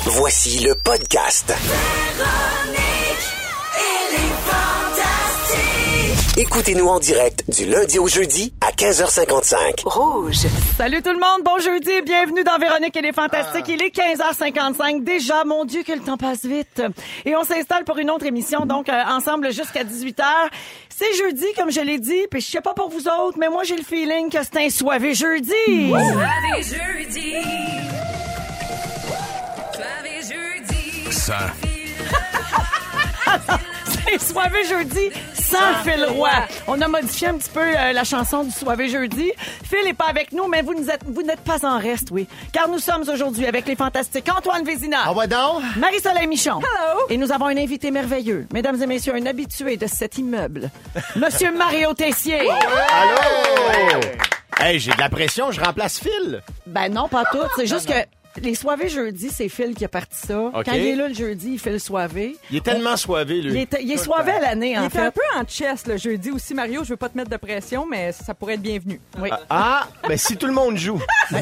Voici le podcast. Écoutez-nous en direct du lundi au jeudi à 15h55. Rouge. Salut tout le monde, bon jeudi et bienvenue dans Véronique et les Fantastiques. Il est 15h55 déjà, mon Dieu que le temps passe vite. Et on s'installe pour une autre émission, donc ensemble jusqu'à 18h. C'est jeudi, comme je l'ai dit, puis je sais pas pour vous autres, mais moi j'ai le feeling que c'est un soirée jeudi. Soirée jeudi. Soirée jeudi. Ça. C'est soirée jeudi sans Phil Roy. On a modifié un petit peu la chanson du soirée jeudi. Phil n'est pas avec nous, mais vous n'êtes pas en reste, oui. Car nous sommes aujourd'hui avec les fantastiques Antoine Vézina. Ah ouais donc? Marie-Soleil Michon. Hello. Et nous avons un invité merveilleux. Mesdames et messieurs, un habitué de cet immeuble. Monsieur Mario Tessier. Allô? Hey, j'ai de la pression, je remplace Phil. Ben non, pas tout. C'est juste que les soirées jeudi, c'est Phil qui a parti ça. OK. Quand il est là le jeudi, il fait le soirée. Il est tellement soivé, lui. Il est soivé à l'année, en Il était fait. un peu en chess le jeudi aussi, Mario. Je veux pas te mettre de pression, mais ça pourrait être bienvenu. Oui. Ah, ben si tout le monde joue.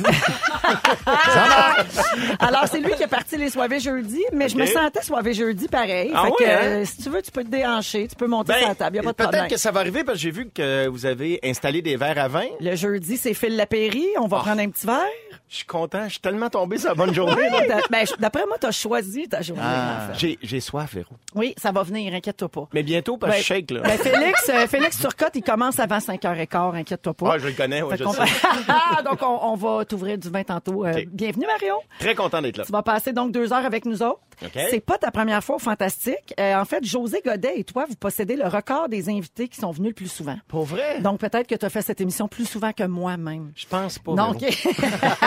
Alors, c'est lui qui a parti les soirées jeudi, mais je me sentais soirée jeudi pareil. Ah fait oui, que, hein? si tu veux, tu peux te déhancher, tu peux monter sur la table, y a pas de peut-être problème. que ça va arriver parce que j'ai vu que vous avez installé des verres à vin. Le jeudi, c'est Phil Lapéry. On va prendre un petit verre. Je suis content, je suis tellement tombé sur la bonne journée. là. D'après moi, t'as choisi ta journée, en fait. J'ai soif, Véro. Oui, ça va venir, inquiète-toi pas. Mais bientôt, parce que je shake, là. Félix Turcotte, il commence avant 5h15, inquiète-toi pas. Ah, je le connais, ouais, Fait je qu'on sais. va- Donc, on va t'ouvrir du vin tantôt. OK. Bienvenue, Mario. Très content d'être là. Tu vas passer donc 2 heures avec nous autres. OK. C'est pas ta première fois au Fantastique. En fait, José Godet et toi, vous possédez le record des invités qui sont venus le plus souvent. Pour vrai? Donc, peut-être que tu as fait cette émission plus souvent que moi-même. Je pense pas, Non, Véro. OK.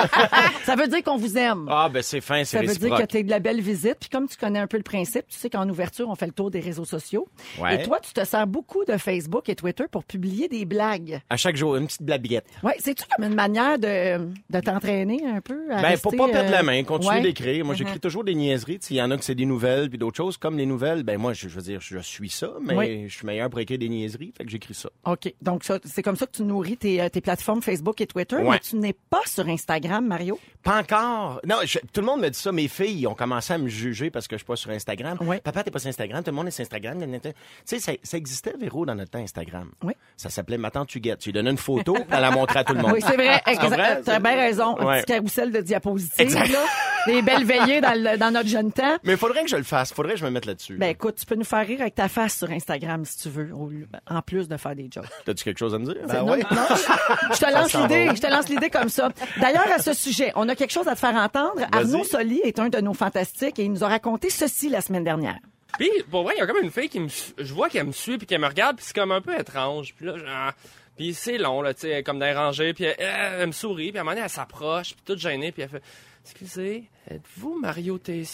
Ça veut dire qu'on vous aime. Ah, ben c'est fin, c'est Ça veut dire réciproque. que tu es de la belle visite. Puis comme tu connais un peu le principe, tu sais qu'en ouverture, on fait le tour des réseaux sociaux. Ouais. Et toi, tu te sers beaucoup de Facebook et Twitter pour publier des blagues. À chaque jour, une petite blaguette. Ouais, c'est-tu comme une manière de t'entraîner un peu? À Ben, rester, pour pas perdre la main, continuer ouais. d'écrire. Moi, j'écris toujours des niaiseries. Il y en a que c'est des nouvelles puis d'autres choses. Comme les nouvelles, ben moi, je veux dire, je suis ça, mais Oui. je suis meilleur pour écrire des niaiseries, fait que j'écris ça. OK. Donc, ça, c'est comme ça que tu nourris tes plateformes Facebook et Twitter, Ouais. mais tu n'es pas sur Instagram, Mario. Pas encore. Non, tout le monde me dit ça. Mes filles ont commencé à me juger parce que je suis pas sur Instagram. Oui. Papa, t'es pas sur Instagram. Tout le monde est sur Instagram. Tu sais, ça existait, Véro, dans notre temps, Instagram. Oui. Ça s'appelait Ma tante Huguette. Tu lui donnais une photo, puis elle la montrait à tout le monde. Oui, c'est vrai. Tu comprends? T'as bien raison. Un Ouais. petit carrousel de diapositives, Exact. là. Des belles veillées dans notre jeune temps. Mais il faudrait que je le fasse. Faudrait que je me mette là-dessus. Ben écoute, tu peux nous faire rire avec ta face sur Instagram si tu veux, en plus de faire des jokes. T'as-tu quelque chose à me dire? Non, non, je te lance l'idée comme ça. D'ailleurs, à ce sujet, on a quelque chose à te faire entendre. Arnaud Soli est un de nos fantastiques et il nous a raconté ceci la semaine dernière. Puis, pour vrai, il y a comme une fille je vois qu'elle me suit puis qu'elle me regarde, puis c'est comme un peu étrange. Puis là, genre, puis c'est long, là, tu sais, comme dans les rangées, puis elle me sourit, puis à un moment donné, elle s'approche, puis toute gênée, puis elle fait « Excusez, êtes-vous Mario Tessier? »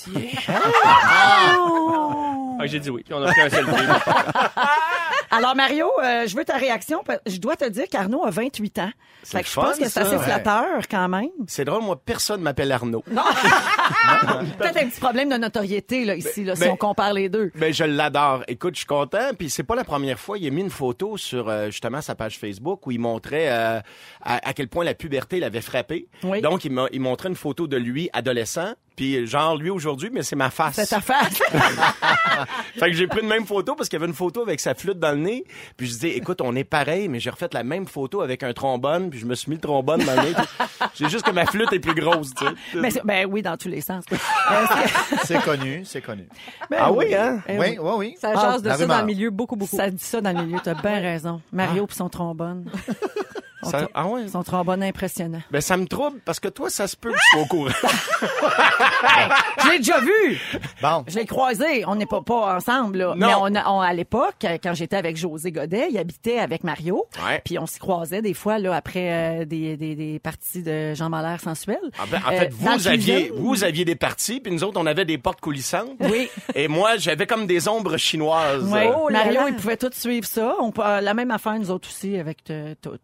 Ah, j'ai dit oui, puis on a pris un selfie. Alors, Mario, je veux ta réaction. Je dois te dire qu'Arnaud a 28 ans. C'est Fait que je le pense fun, que c'est ça. assez Ouais. flatteur quand même. C'est drôle, moi, personne m'appelle Arnaud. Peut-être un petit problème de notoriété là, ici, là, si ben- on compare les deux. Ben, je l'adore. Écoute, je suis content. Puis c'est pas la première fois. Il a mis une photo sur justement sa page Facebook où il montrait à quel point la puberté l'avait frappé. Oui. Donc, il montrait une photo de lui adolescent. Puis genre lui aujourd'hui, mais c'est ma face. C'est ta face. Fait que j'ai pris une même photo parce qu'il y avait une photo avec sa flûte dans le nez. Puis je disais, écoute, on est pareil, mais j'ai refait la même photo avec un trombone. Puis je me suis mis le trombone dans le nez. J'ai juste que ma flûte est plus grosse, tu sais. Mais ben oui, dans tous les sens. C'est connu, c'est connu. Ben Ah oui, hein? Eh Oui, oui, oui. Ça jase de la ça dans rumeur. le milieu beaucoup, beaucoup. Ça dit ça dans le milieu, t'as bien raison. Mario pis son trombone. Ah ouais? Son trombone impressionnant. Ben ça me trouble parce que toi, ça se peut que je sois au courant. Je l'ai déjà vu. Bon. Je l'ai croisé. On n'est pas ensemble, là. Non. Mais à l'époque, quand j'étais avec José Godet, il habitait avec Mario. Ouais. Puis on s'y croisait des fois, là, après des parties de Jean Mahler sensuel. Ah ben, en fait, dans la cuisine. vous aviez des parties, puis nous autres, on avait des portes coulissantes. Oui. Et moi, j'avais comme des ombres chinoises. Oui. Oh là Mario, là. il pouvait tout suivre ça. La même affaire, nous autres aussi, avec toi. Et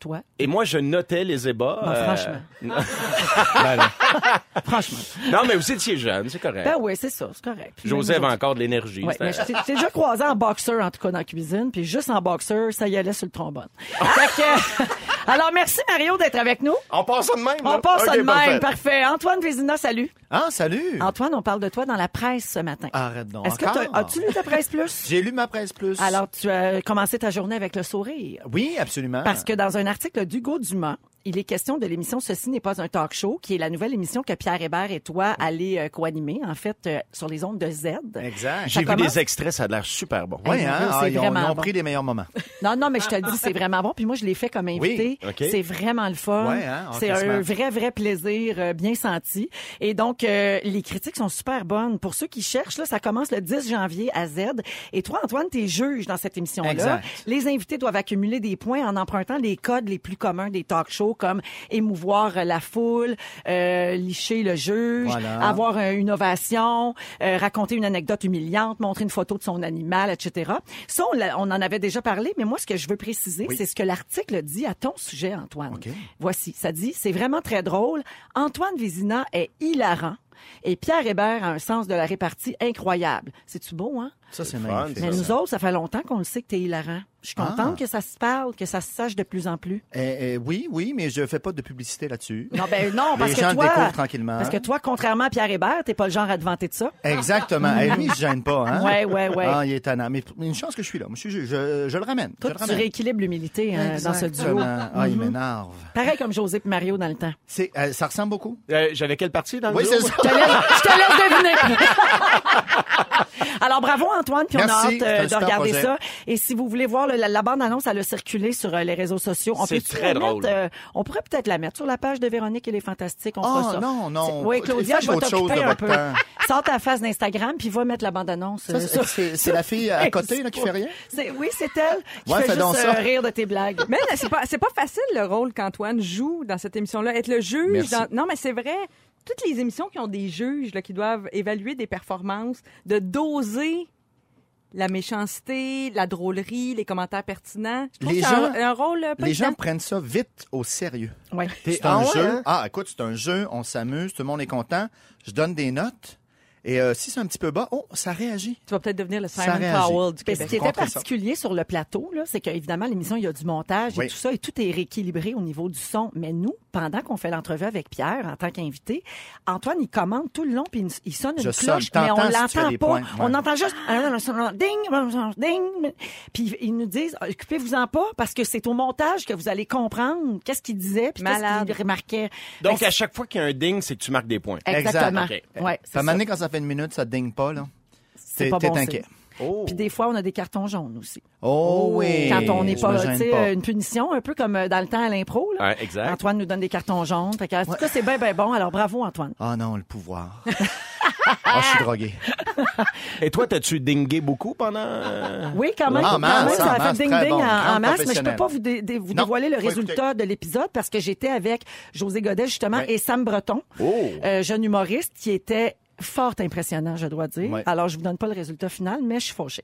moi, je notais les ébats. Non, franchement. Franchement. Non, mais vous étiez jeune, c'est correct. Ben oui, c'est ça, c'est correct. Puis José même avait encore de l'énergie. Ouais, c'était- mais je t'ai déjà croisé en boxeur, en tout cas, dans la cuisine, puis juste en boxeur, ça y allait sur le trombone. Fait que, alors, merci, Mario, d'être avec nous. On passe ça de même, là? On passe ça Ok, de même. parfait. Parfait. Antoine Vézina, salut. Ah, salut! Antoine, on parle de toi dans la presse ce matin. Arrête donc. Est-ce que encore? as-tu lu ta presse plus? J'ai lu ma presse plus. Alors, tu as commencé ta journée avec le sourire. Oui, absolument. Parce que dans un article d'Hugo Dumas, il est question de l'émission Ceci n'est pas un talk show, qui est la nouvelle émission que Pierre Hébert et toi allez co-animer, en fait, sur les ondes de Z. Exact. J'ai vu commence- des extraits, ça a l'air super bon. Oui, Hey, mon hein? Dieu, Ah, c'est ils ont vraiment pris bon. les meilleurs moments. Non, mais je te le dis, c'est vraiment bon. Puis moi, je l'ai fait comme invité. Oui, OK. C'est vraiment le fun. Ouais, hein, C'est encaissement. un vrai plaisir bien senti. Et donc, les critiques sont super bonnes. Pour ceux qui cherchent, là, ça commence le 10 janvier à Z. Et toi, Antoine, t'es juge dans cette émission-là. Exact. Les invités doivent accumuler des points en empruntant les codes les plus communs des talk shows, comme émouvoir la foule, licher le juge, Voilà. avoir une ovation, raconter une anecdote humiliante, montrer une photo de son animal, etc. Ça, on en avait déjà parlé, mais moi, ce que je veux préciser, Oui. c'est ce que l'article dit à ton sujet, Antoine. OK. Voici, ça dit, c'est vraiment très drôle. Antoine Vézina est hilarant et Pierre Hébert a un sens de la répartie incroyable. C'est-tu beau, hein? Ça, c'est fun, magnifique. c'est Mais ça. nous autres, ça fait longtemps qu'on le sait que t'es hilarant. Je suis contente que ça se parle, que ça se sache de plus en plus. Oui, mais je fais pas de publicité là-dessus. Non, ben non, parce Les que gens le toi, découvrent tranquillement. parce que toi, contrairement à Pierre Hébert, t'es pas le genre à te vanter de ça. Exactement. Et lui, il se gêne pas, hein? Ouais. Ah, il est étonnant. Mais une chance que je suis là. Moi, je le ramène. Toi, je le tu ramène. rééquilibres l'humilité dans ce duo. Exactement. Ah, il m'énerve. Pareil comme José et Mario dans le temps. Ça ressemble beaucoup. J'avais quelle partie dans le Oui, duo? c'est ça. Je te laisse deviner. Alors, bravo Antoine, puis on a Merci, hâte c'est un de super regarder projet. ça. Et si vous voulez voir la bande-annonce, elle a circulé sur les réseaux sociaux. On C'est peut très drôle. on pourrait peut-être la mettre sur la page de Véronique et les Fantastiques. On fera Oh, ça. non. Oui, Claudia, Faites je vais autre chose t'occuper de un votre peu. temps. Sors ta face d'Instagram, puis va mettre la bande-annonce. Ça, sur- c'est la fille à côté là, qui fait rien? Oui, c'est elle qui Ouais, fait fais donc juste ça. rire de tes blagues. Mais là, c'est pas facile le rôle qu'Antoine joue dans cette émission-là. Être le juge. Merci. Non, mais c'est vrai. Toutes les émissions qui ont des juges là, qui doivent évaluer des performances, de doser la méchanceté, la drôlerie, les commentaires pertinents. Je trouve Les que c'est gens- un rôle pas Les évident. gens prennent ça vite au sérieux. Ouais. C'est Ah un ouais, jeu. hein? Ah, écoute, c'est un jeu, on s'amuse, tout le monde est content. Je donne des notes. Et si c'est un petit peu bas, ça réagit. Tu vas peut-être devenir le Ça Simon réagit. Cowell du Mais ce Québec. qui était Rencontrez ça. particulier sur le plateau, là, c'est qu'évidemment, l'émission, il y a du montage et Oui. tout ça, et tout est rééquilibré au niveau du son. Mais nous, pendant qu'on fait l'entrevue avec Pierre, en tant qu'invité, Antoine, il commande tout le long, puis il sonne une Je cloche, sonne. mais on T'entends si tu l'entend fais des pas. points. Ouais. On entend juste ding, ding. Puis ils nous disent, occupez-vous-en pas, parce que c'est au montage que vous allez comprendre qu'est-ce qu'il disait, puis qu'est-ce Malade. qu'il remarquait. Donc, Ben, à chaque fois qu'il y a un ding, c'est que tu marques des points. Exactement. Exact. OK. Ouais, Ça c'est m'a ça. quand ça fait une minute, ça dingue pas, là. C'est pas T'es bon inquiet. signe. Puis des fois, on a des cartons jaunes aussi. Oh oui. Quand on n'est Je pas, me tu gêne sais, pas. une punition, un peu comme dans le temps à l'impro. Là. Ouais, exact. Antoine nous donne des cartons jaunes. Fait que, en tout cas, c'est bien bon. Alors, bravo, Antoine. Ah non, le pouvoir. Ah, je suis drogué. Et toi, t'as-tu dingué beaucoup pendant... Oui, quand même. En Quand masse, même, ça en a masse, fait très ding-ding bon, en grande masse, mais je peux professionnelle. pas vous Non, dévoiler le faut résultat de l'épisode parce que j'étais avec José Godet, justement, Oui. et Sam Breton, Oh! jeune humoriste qui était fort impressionnant, je dois dire. Ouais. Alors, je vous donne pas le résultat final, mais je suis fauchée.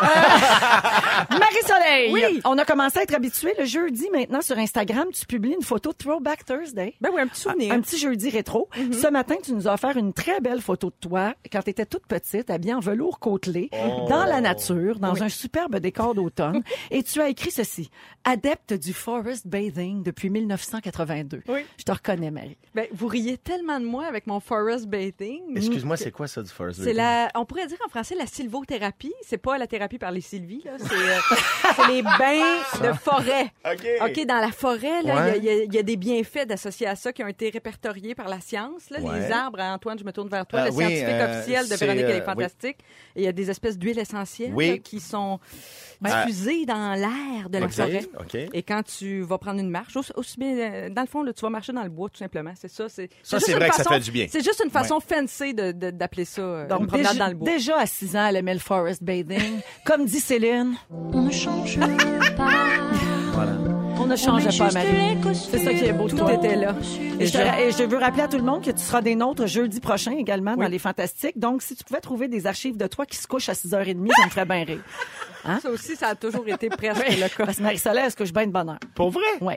Marie-Soleil, Oui. on a commencé à être habitués. Le jeudi, maintenant, sur Instagram, tu publies une photo Throwback Thursday. Ben oui, un petit souvenir. Un petit jeudi rétro. Ce matin, tu nous as offert une très belle photo de toi quand tu étais toute petite, habillée en velours côtelé, dans la nature, dans un superbe décor d'automne. Et tu as écrit ceci. Adepte du forest bathing depuis 1982. Oui. Je te reconnais, Marie. Ben, vous riez tellement de moi avec mon forest bathing. Excuse-moi, c'est quoi ça du first C'est on pourrait dire en français la sylvothérapie. C'est pas la thérapie par les Sylvies, là. C'est les bains de forêt. OK, dans la forêt, là, Ouais. il y a des bienfaits d'associés à ça qui ont été répertoriés par la science, là. Ouais. Les arbres, Antoine, je me tourne vers toi, le Oui, scientifique officiel de c'est, Véronique et les oui. Fantastiques. Et il y a des espèces d'huiles essentielles Oui. là, qui sont diffusées dans l'air de la OK, forêt. OK. Et quand tu vas prendre une marche, aussi bien, dans le fond, là, tu vas marcher dans le bois, tout simplement. C'est ça. Ça, juste c'est une vrai que ça façon- fait du bien. C'est juste une façon fancy d'appeler ça une Donc, promenade déjà, dans le bois. déjà à 6 ans, elle aimait le forest bathing. Comme dit Céline, On ne change pas. on ne changeait pas, Marie. C'est ça qui est beau. Tout était là. Et je veux rappeler à tout le monde que tu seras des nôtres jeudi prochain également dans Les Fantastiques. Donc, si tu pouvais trouver des archives de toi qui se couchent à 6h30, ça me ferait bien rire. Ça aussi, ça a toujours été presque le cas. Parce que Marie-Soleil, elle se couche bien de bonne heure. Pour vrai? Oui.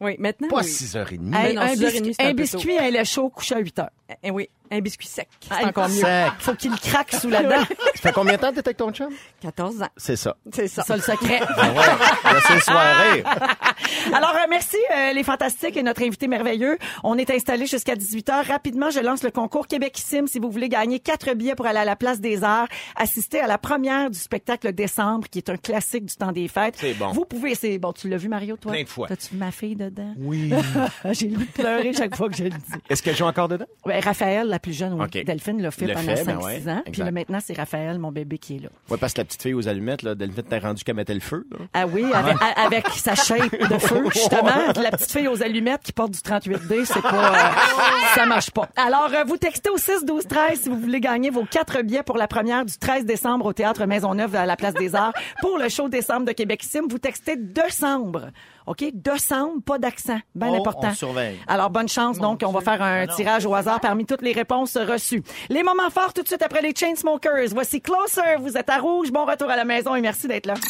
Oui, maintenant, Pas oui. 6h30. Hey, non, un 6h30, c'est un peu biscuit, un lait chaud, couché à 8 heures. Oui, un biscuit sec. C'est Hey, encore mieux. Sec. Faut qu'il craque sous la dent. Ça fait combien de temps que t'es avec ton chum? 14 ans. C'est ça. C'est ça. C'est ça le secret. C'est soirée. Alors, merci les fantastiques et notre invité merveilleux. On est installés jusqu'à 18h. Rapidement, je lance le concours Québecissime si vous voulez gagner 4 billets pour aller à la Place des Arts, assister à la première du spectacle Décembre, qui est un classique du temps des fêtes. C'est bon. Vous pouvez, c'est bon, tu l'as vu Mario, toi? Plein de fois. T'as-tu vu ma fille dedans? Oui. J'ai le goût de pleurer chaque fois que je le dis. Est-ce qu'elle joue encore dedans? Ouais, Raphaël, la plus jeune, oui. OK. Delphine l'a fait Le pendant fait, 5-6 ben ouais, ans. Puis exact. là, maintenant, c'est Raphaël, mon bébé, qui est là. Ouais, parce que la petite fille aux allumettes, là, Delphine t'a rendu qu'elle mettait le feu, là. Ah oui, avec sa shape de feu, justement. La petite fille aux allumettes qui porte du 38D, c'est pas... ça marche pas. Alors, vous textez au 6-12-13 si vous voulez gagner vos 4 billets pour la première du 13 décembre au Théâtre Maisonneuve à la Place des Arts pour le show Décembre de Québecissime. Vous textez décembre. OK? Décembre, pas d'accent. Bien Oh, important. on surveille. Alors, bonne chance. Donc, on va faire un tirage au hasard parmi toutes les réponses reçues. Les moments forts tout de suite après les Chainsmokers. Voici Closer. Vous êtes à Rouge. Bon retour à la maison et merci d'être là.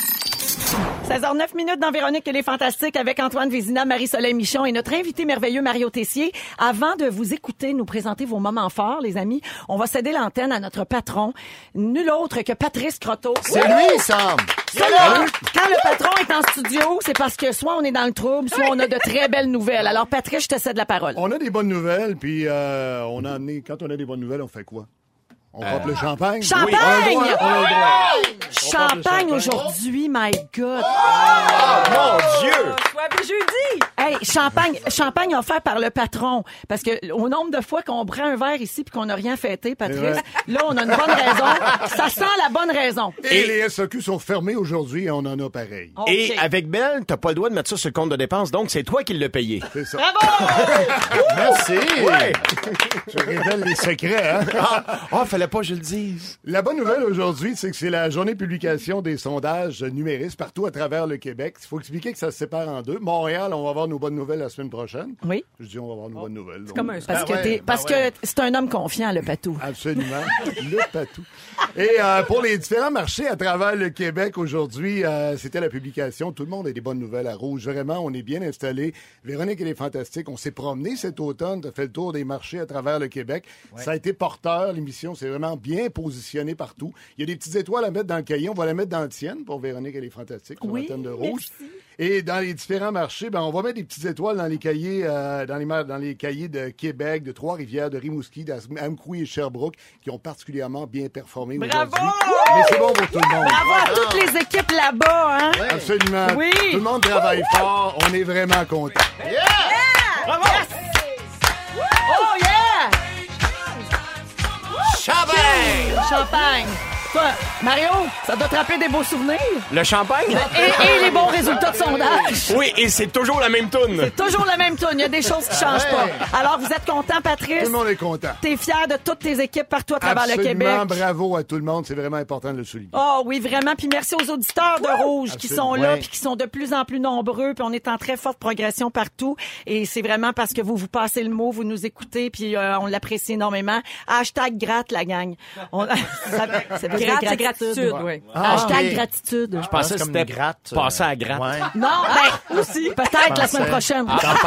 16h09 minutes dans Véronique et les Fantastiques avec Antoine Vézina, Marie-Soleil Michon et notre invité merveilleux Mario Tessier. Avant de vous écouter nous présenter vos moments forts, les amis, on va céder l'antenne à notre patron, nul autre que Patrice Croteau. C'est lui, Sam. Ça, là, quand le patron est en studio, c'est parce que soit on est dans le trouble, soit on a de très belles nouvelles. Alors, Patrice, je te cède la parole. On a des bonnes nouvelles, puis on a amené. Quand on a des bonnes nouvelles, on fait quoi? On porte le champagne? Champagne! Oui, on a le droit, on a le droit. Champagne aujourd'hui, my God! Mon Dieu! Soirée jeudi! Hey, champagne offert par le patron. Parce que au nombre de fois qu'on prend un verre ici puis qu'on n'a rien fêté, Patrice, Ouais. là, on a une bonne raison. Ça sent la bonne raison. Et les SAQ sont fermés aujourd'hui et on en a pareil. OK. Et avec Belle, t'as pas le droit de mettre ça sur le compte de dépenses, donc c'est toi qui l'as payé. C'est ça. Merci. Ouais! Je révèle les secrets, hein? Fallait pas que je le dise. La bonne nouvelle aujourd'hui, c'est que c'est la journée de publication des sondages numéristes partout à travers le Québec. Il faut expliquer que ça se sépare en deux. Montréal, on va avoir nos bonnes nouvelles la semaine prochaine. Oui. Je dis on va avoir nos bonnes nouvelles. comme un Parce que c'est un homme confiant, le patou. Absolument. Le patou. Et pour les différents marchés à travers le Québec aujourd'hui, c'était la publication. Tout le monde a des bonnes nouvelles à Rouge. Vraiment, on est bien installés. Véronique, elle est fantastique. On s'est promené cet automne. Tu as fait le tour des marchés à travers le Québec. Ouais. Ça a été porteur. L'émission s'est vraiment bien positionnée partout. Il y a des petites étoiles à mettre dans le cahier. On va la mettre dans le tienne pour Véronique, elle est fantastique. Sur l'antenne de Rouge. Merci. Et dans les différents marchés, ben, on va mettre des petites étoiles dans les cahiers, dans les cahiers de Québec, de Trois-Rivières, de Rimouski, d'Amqui et Sherbrooke, qui ont particulièrement bien performé aujourd'hui. Mais c'est bon pour tout le monde. Bravo à toutes les équipes là-bas, hein? Ouais. Absolument. Oui. Tout le monde travaille fort. On est vraiment contents. Yeah! Bravo! Yes! Oh yeah! Champagne! Champagne! Toi, Mario, ça doit te rappeler des beaux souvenirs. Le champagne? Et les bons résultats de sondage. Oui, et c'est toujours la même toune. Toujours la même toune. Il y a des choses qui changent pas. Alors, vous êtes content, Patrice? Tout le monde est content. T'es fier de toutes tes équipes partout à travers le Québec? Bravo à tout le monde. C'est vraiment important de le souligner. Oh oui, vraiment. Puis merci aux auditeurs de Rouge qui sont là puis qui sont de plus en plus nombreux. Puis on est en très forte progression partout. Et c'est vraiment parce que vous passez le mot, vous nous écoutez, puis on l'apprécie énormément. Hashtag gratte, la gang. Ça veut dire Gratte, c'est gratitude, oui. Hashtag gratitude. Je pensais que c'était gratte. passer à gratte. Ouais. Non, ben aussi. Peut-être la semaine prochaine.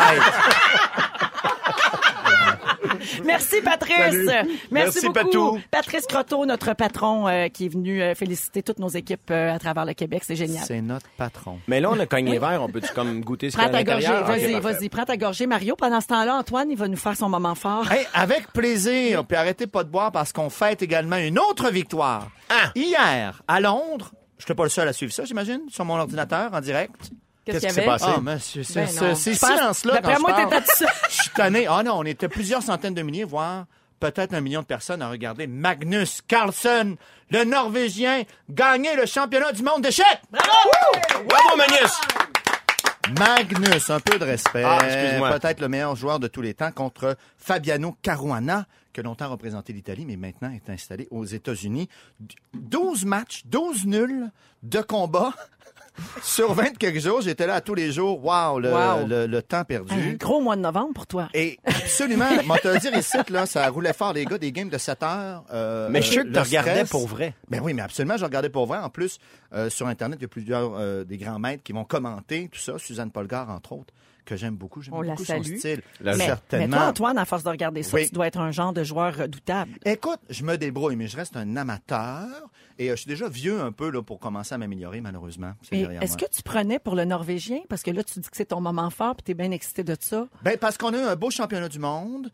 Merci, Patrice. Salut. Merci beaucoup. Patou. Patrice Croteau, notre patron, qui est venu féliciter toutes nos équipes à travers le Québec. C'est génial. C'est notre patron. Mais là, on a cogné vert. On peut-tu comme goûter ce qu'il y Prends a à ta gorgée. l'intérieur? Vas-y, prends ta gorgée. Mario, pendant ce temps-là, Antoine, il va nous faire son moment fort. Hey, avec plaisir. Puis arrêtez pas de boire parce qu'on fête également une autre victoire. Ah! Hier, à Londres, je n'étais pas le seul à suivre ça, j'imagine, sur mon ordinateur, en direct. Qu'est-ce qu'il y qui s'est avait? passé? Ah, monsieur, Ben non. ces Je pense- silences-là, D'après quand moi, je parle, t'étais tout seul. je suis tanné. Ah non, on était plusieurs centaines de milliers, voire peut-être 1 million de personnes à regarder Magnus Carlsen, le Norvégien, gagner le championnat du monde d'échecs. Bravo, Magnus! Magnus, un peu de respect. Ah, excuse-moi. Peut-être le meilleur joueur de tous les temps contre Fabiano Caruana, qui a longtemps représenté l'Italie, mais maintenant est installé aux États-Unis. 12 matchs, 12 nuls de combat. Sur 20 quelques jours, j'étais là tous les jours. Wow, le temps perdu. Un gros mois de novembre pour toi. Et absolument, moi te le dire ici, là, ça roulait fort, les gars, des games de 7 heures. Mais je suis sûr que le tu regardais stress. pour vrai. Ben oui, mais absolument, je regardais pour vrai. En plus, sur Internet, il y a plusieurs des grands maîtres qui vont commenter tout ça. Suzanne Polgar, entre autres, que j'aime beaucoup. J'aime On la beaucoup son salue. style. Mais Certainement. toi, Antoine, à force de regarder ça, Oui. tu dois être un genre de joueur redoutable. Écoute, je me débrouille, mais je reste un amateur et je suis déjà vieux un peu là, pour commencer à m'améliorer, malheureusement. C'est Et derrière est-ce moi. que tu prenais pour le Norvégien? Parce que là, tu dis que c'est ton moment fort puis tu es bien excité de ça. Ben, parce qu'on a eu un beau championnat du monde.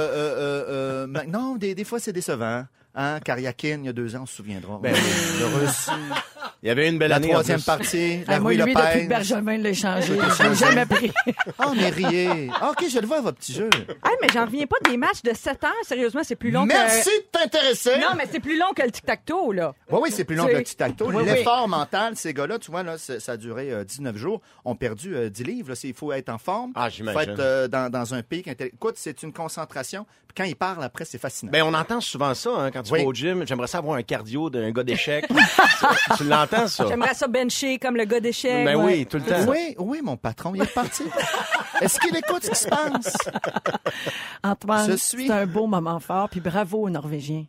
Non, des fois, c'est décevant. Hein? Karyakin, il y a 2 ans, on se souviendra. Ben oui. Le Russe. Il y avait une belle La année. en troisième plus. partie, la Moi, Rue lui, depuis que Lopez. Bergevin l'a échangé, je l'ai jamais pris. Oh, mais riez. Ah, OK, je le vois, votre petit jeu. Hey, mais j'en reviens pas des matchs de 7 heures. Sérieusement, c'est plus long Merci de t'intéresser. que... Non, mais c'est plus long que le tic-tac-toe, là. Oui, c'est plus long C'est- que le tic-tac-toe. Oui, L'effort mental, ces gars-là, tu vois, là, ça a duré 19 jours, ont perdu 10 livres. Là. Il faut être en forme. Ah, Il faut j'imagine. être dans un pic. Écoute, c'est une concentration. Puis quand ils parlent après, c'est fascinant. Ben, on entend souvent ça, hein, quand tu Oui. vas au gym. J'aimerais ça avoir un cardio d'un gars d'échecs. Tu l'entends, ça? J'aimerais ça bencher comme le gars d'échecs. Ben Ouais. oui, tout le temps. Oui, mon patron, il est parti. Est-ce qu'il écoute ce qui se passe? Antoine, Je suis- c'est un beau moment fort, puis bravo aux Norvégiens.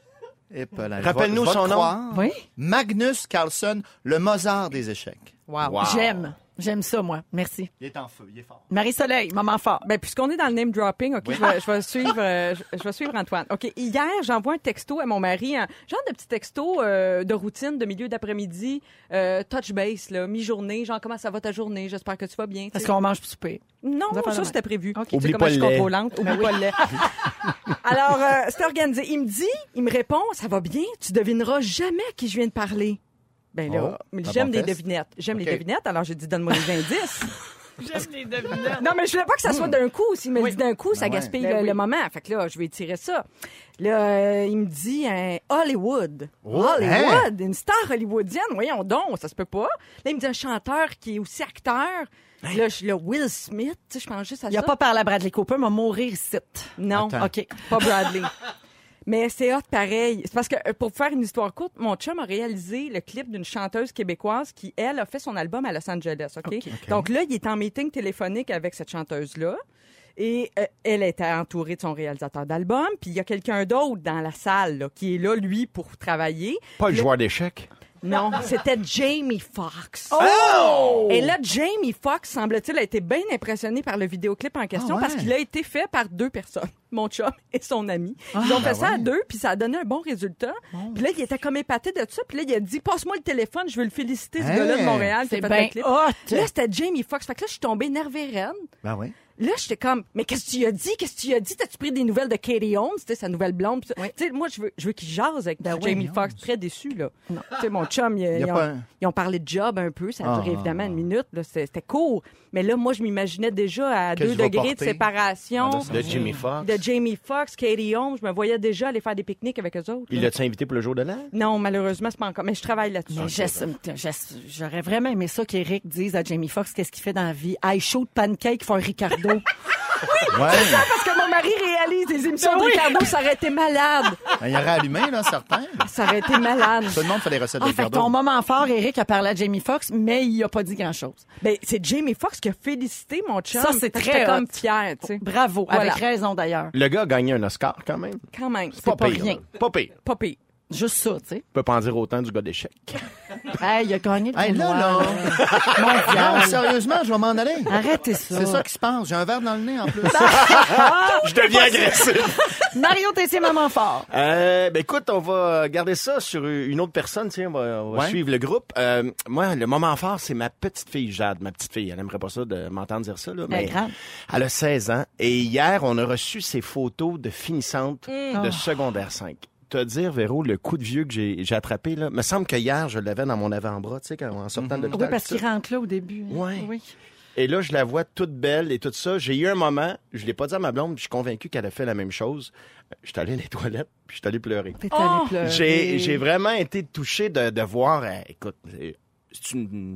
Et pas là, Rappelle-nous je vais son te nom. croire. Oui? Magnus Carlsen, le Mozart des échecs. Wow. Wow. J'aime ça, moi. Merci. Il est en feu, il est fort. Marie-Soleil, moment fort. Ben, puisqu'on est dans le name dropping, OK, je vais suivre, je vais suivre Antoine. OK, hier, j'envoie un texto à mon mari, un genre de petit texto de routine de milieu d'après-midi, touch base, là, mi-journée, genre comment ça va ta journée, j'espère que tu vas bien. tu Est-ce sais. qu'on mange pour souper? Non, Vous avez ça pas c'était prévu. OK. Tu sais Oublie comment pas je suis le lait. contrôlante, oublie pas le lait. Alors, c'est organisé. Il me répond, ça va bien, tu devineras jamais à qui je viens de parler. Ben là, Oh, mais un j'aime bon les test. devinettes. J'aime OK. les devinettes, alors j'ai dit donne-moi les indices. J'aime les devinettes. Non, mais je voulais pas que ça soit d'un coup. S'il me le dit d'un coup, ça Ben ouais. gaspille Ben oui. le moment. Fait que là, je vais tirer ça. Là, il me dit Hollywood. Oh, Hollywood, une star hollywoodienne. Voyons donc, ça se peut pas. Là, il me dit un chanteur qui est aussi acteur. Là, je suis là, Will Smith. Tu sais, je pense juste à Il a ça. pas parlé à Bradley Cooper, mais mourir ici. Non, Attends. OK. pas Bradley. Mais c'est hot pareil. C'est parce que, pour faire une histoire courte, mon chum a réalisé le clip d'une chanteuse québécoise qui, elle, a fait son album à Los Angeles, OK? Donc là, il est en meeting téléphonique avec cette chanteuse-là. Et elle était entourée de son réalisateur d'album. Puis il y a quelqu'un d'autre dans la salle là, qui est là, lui, pour travailler. Pas le joueur d'échecs. Non, c'était Jamie Foxx. Et là, Jamie Foxx, semble-t-il, a été bien impressionné par le vidéoclip en question Ah ouais. parce qu'il a été fait par 2 personnes, mon chum et son ami. Ils ont fait ça à 2, puis ça a donné un bon résultat. Puis là, il était comme épaté de ça. Puis là, il a dit, passe-moi le téléphone, je veux le féliciter, ce Hey, gars-là de Montréal qui a C'est fait bien le clip. hot. Là, c'était Jamie Foxx. Fait que là, je suis tombée énervée raide. Ben oui. Là, j'étais comme, mais qu'est-ce que tu as dit? Qu'est-ce que tu as dit? T'as-tu pris des nouvelles de Katie Holmes? Tu sais, sa nouvelle blonde. Pis ça. Tu sais, moi, je veux qu'il jase avec Jamie Foxx. Très déçu, là. Tu sais, mon chum, ils ont parlé de job un peu. Ça a duré évidemment une minute, là. C'était court. Mais là, moi, je m'imaginais déjà à Qu'est-ce 2 qu'il va degrés de porter? séparation. De Jimmy Fox. De Jamie Foxx, Katie Holmes. Je me voyais déjà aller faire des pique-niques avec eux autres. Il là. l'a-tu invité pour le jour de l'an? Non, malheureusement, c'est pas encore. Mais je travaille là-dessus. Mais j'aurais vraiment aimé ça qu'Éric dise à Jamie Foxx qu'est-ce qu'il fait dans la vie. I shoot pancake for Ricardo. Ouais. Parce que mon mari réalise des émissions de Ricardo, ça aurait été malade. Ben, il aurait allumé, là, certains. Ça aurait été malade. Tout le monde fait des recettes de Ah, fait que Ricardo. ton moment fort, Éric a parlé à Jamie Foxx, mais il a pas dit grand-chose. Ben, c'est Jamie Foxx qui a félicité mon chum. Ça, c'est Fait que très j'étais comme hot. fière, tu sais. Bravo, Voilà. avec raison d'ailleurs. Le gars a gagné un Oscar, quand même. Quand même. Pas pas pire. rien. là. Pas pire. Pas pire. Juste ça, tu sais. On peut pas en dire autant du gars d'échecs. Hey, il a gagné le Hey, tournoi. là. Mondial. Non, sérieusement, je vais m'en aller. Arrêtez ça. C'est ça qui se passe. J'ai un verre dans le nez, en plus. Je deviens agressif. Mario Tessier, maman fort. Ben écoute, on va garder ça sur une autre personne. Tiens, on va Ouais. suivre le groupe. Moi, le moment fort, c'est ma petite fille Jade. Ma petite fille, elle aimerait pas ça de m'entendre dire ça, là, mais grave. elle a 16 ans. Et hier, on a reçu ses photos de finissantes de secondaire 5. Te dire, Véro, le coup de vieux que j'ai attrapé, là, me semble que hier, je l'avais dans mon avant-bras, tu sais, en sortant de Oui, l'hôpital. parce tout qu'il ça. rentre là au début. hein. Ouais. Oui. Et là, je la vois toute belle et tout ça. J'ai eu un moment, je l'ai pas dit à ma blonde, puis je suis convaincu qu'elle a fait la même chose. Je suis allé dans les toilettes, puis je suis allé pleurer. T'es allé pleurer. J'ai vraiment été touché de voir, écoute, c'est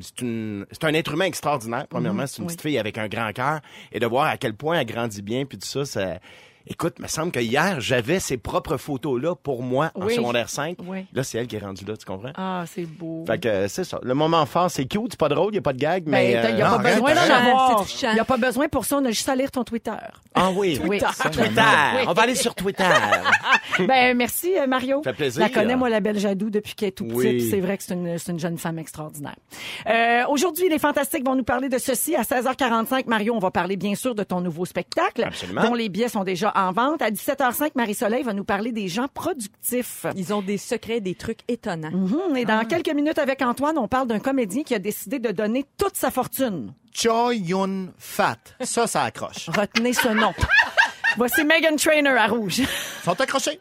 un être humain extraordinaire. Premièrement, c'est une petite fille avec un grand cœur. Et de voir à quel point elle grandit bien, puis tout ça, Écoute, me semble que hier, j'avais ces propres photos-là pour moi en Oui. secondaire 5. Oui. Là, c'est elle qui est rendue là, tu comprends? Ah, c'est beau. Fait que c'est ça. Le moment fort, c'est cute, c'est pas drôle, il n'y a pas de gag, Ben, mais... il n'y a non, pas arrête, besoin d'en arrête. avoir. C'est touchant. Il n'y a pas besoin pour ça, on a juste à lire ton Twitter. Ah oui, Oui. Twitter. On va aller sur Twitter. Ben, merci, Mario. Ça fait plaisir. Je la connais, moi, la belle Jadou, depuis qu'elle est tout petite. Oui. C'est vrai que c'est une jeune femme extraordinaire. Aujourd'hui, les Fantastiques vont nous parler de ceci. À 16h45, Mario, on va parler, bien sûr, de ton nouveau spectacle. Absolument. Dont les billets sont déjà en vente. À 17h05, Marie-Soleil va nous parler des gens productifs. Ils ont des secrets, des trucs étonnants. Et dans quelques minutes, avec Antoine, on parle d'un comédien qui a décidé de donner toute sa fortune. Choi Yun Fat. Ça accroche. Retenez ce nom. Voici Meghan Trainor à Rouge. Ils sont accrochés.